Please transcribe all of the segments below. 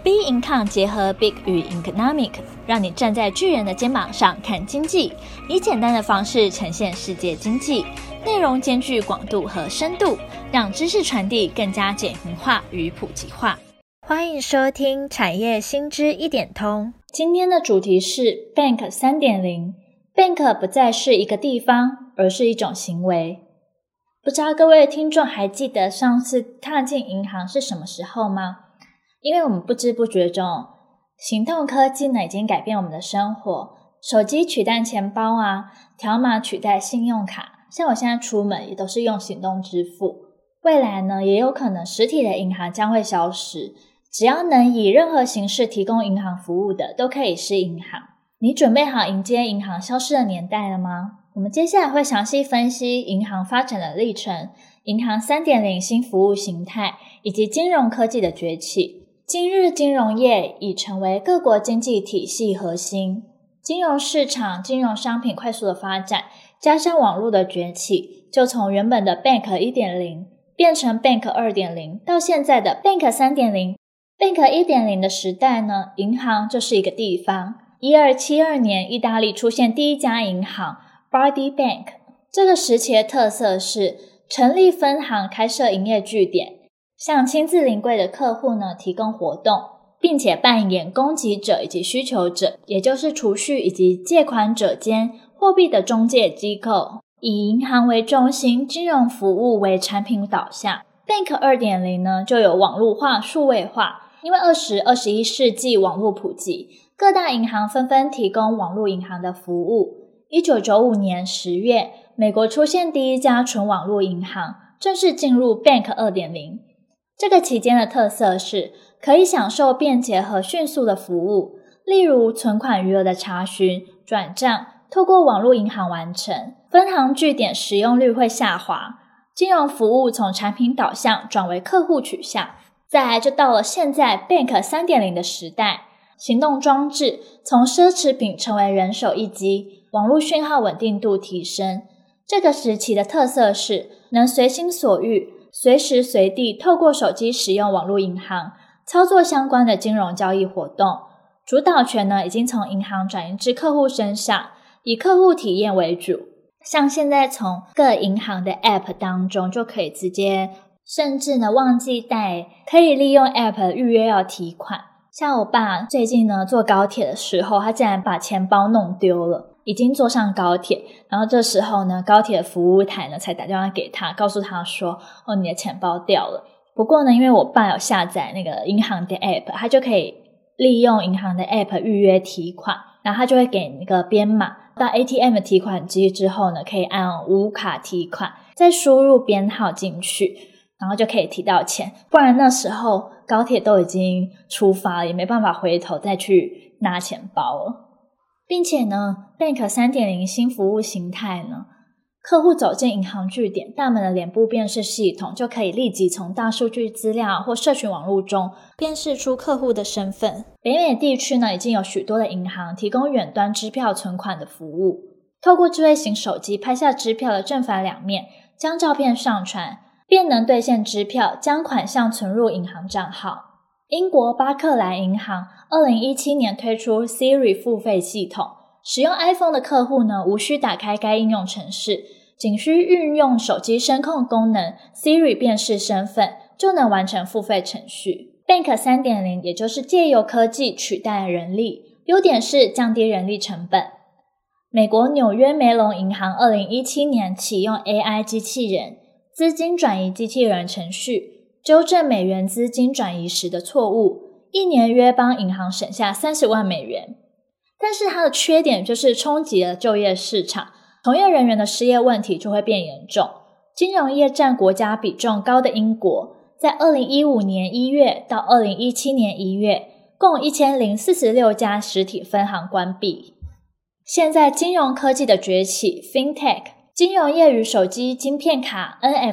Big Income 结合 Big 与 Economic， 让你站在巨人的肩膀上看经济，以简单的方式呈现世界经济，内容兼具广度和深度，让知识传递更加简明化与普及化。欢迎收听产业新知一点通。今天的主题是 Bank 3.0。 Bank 不再是一个地方，而是一种行为。不知道各位听众还记得上次踏进银行是什么时候吗？因为我们不知不觉中，行动科技呢已经改变我们的生活，手机取代钱包啊，条码取代信用卡，像我现在出门也都是用行动支付。未来呢，也有可能实体的银行将会消失，只要能以任何形式提供银行服务的，都可以是银行。你准备好迎接银行消失的年代了吗？我们接下来会详细分析银行发展的历程、银行 3.0 新服务形态以及金融科技的崛起。今日金融业已成为各国经济体系核心，金融市场、金融商品快速的发展，加上网络的崛起，就从原本的 Bank 1.0 变成 Bank 2.0， 到现在的 Bank 3.0。 Bank 1.0 的时代呢，银行就是一个地方。1272年，意大利出现第一家银行 Bardi Bank。 这个时期的特色是成立分行，开设营业据点，向亲自临柜的客户呢提供活动，并且扮演供给者以及需求者，也就是储蓄以及借款者间货币的中介机构，以银行为中心，金融服务为产品导向。 Bank 2.0 呢就有网络化、数位化。因为20、21世纪网络普及，各大银行纷纷提供网络银行的服务。1995年10月，美国出现第一家纯网络银行，正式进入 Bank 2.0。这个期间的特色是可以享受便捷和迅速的服务，例如存款余额的查询、转账，透过网络银行完成，分行据点使用率会下滑，金融服务从产品导向转为客户取向。再来就到了现在 Bank 3.0 的时代，行动装置从奢侈品成为人手一机，网络讯号稳定度提升。这个时期的特色是能随心所欲，随时随地透过手机使用网络银行，操作相关的金融交易活动。主导权呢已经从银行转移至客户身上，以客户体验为主。像现在从各银行的 App 当中就可以直接，甚至呢忘记带，可以利用 App 预约要提款。像我爸最近呢坐高铁的时候，他竟然把钱包弄丢了，已经坐上高铁，然后这时候呢高铁服务台呢才打电话给他，告诉他说你的钱包掉了。不过呢因为我爸有下载那个银行的 App， 他就可以利用银行的 App 预约提款，然后他就会给那个编码，到 ATM 的提款机之后呢可以按无卡提款，再输入编号进去，然后就可以提到钱。不然那时候高铁都已经出发了，也没办法回头再去拿钱包了。并且呢 Bank 3.0 新服务形态呢，客户走进银行据点，大门的脸部辨识系统就可以立即从大数据资料或社群网络中辨识出客户的身份。北美地区呢已经有许多的银行提供远端支票存款的服务，透过智慧型手机拍下支票的正反两面，将照片上传，便能兑现支票，将款项存入银行账号。英国巴克莱银行2017年推出 Siri 付费系统，使用 iPhone 的客户呢，无需打开该应用程式，仅需运用手机声控功能 Siri 辨识身份，就能完成付费程序。Bank 3.0 也就是借由科技取代人力，优点是降低人力成本。美国纽约梅隆银行2017年启用 AI 机器人资金转移机器人程序，纠正美元资金转移时的错误，一年约帮银行省下30万美元。但是它的缺点就是冲击了就业市场，从业人员的失业问题就会变严重。金融业占国家比重高的英国，在2015年1月到2017年1月，共1046家实体分行关闭。现在金融科技的崛起 FinTech， 金融业与手机晶片卡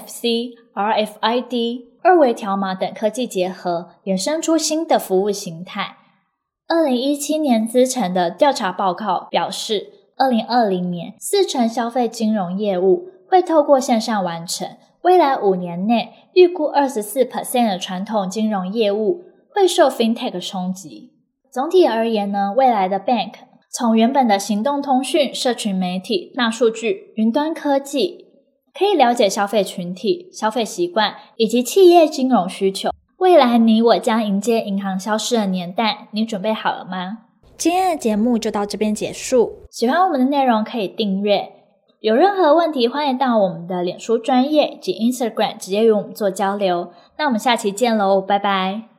NFC、RFID、二维条码等科技结合，衍生出新的服务形态。2017年资诚的调查报告表示，2020年40%消费金融业务会透过线上完成，未来5年内预估 24% 的传统金融业务会受 FinTech 冲击。总体而言呢，未来的 Bank 从原本的行动通讯、社群媒体、大数据、云端科技，可以了解消费群体、消费习惯以及企业金融需求。未来你我将迎接银行消失的年代，你准备好了吗？今天的节目就到这边结束，喜欢我们的内容可以订阅，有任何问题欢迎到我们的脸书专页及 Instagram 直接与我们做交流。那我们下期见喽，拜拜。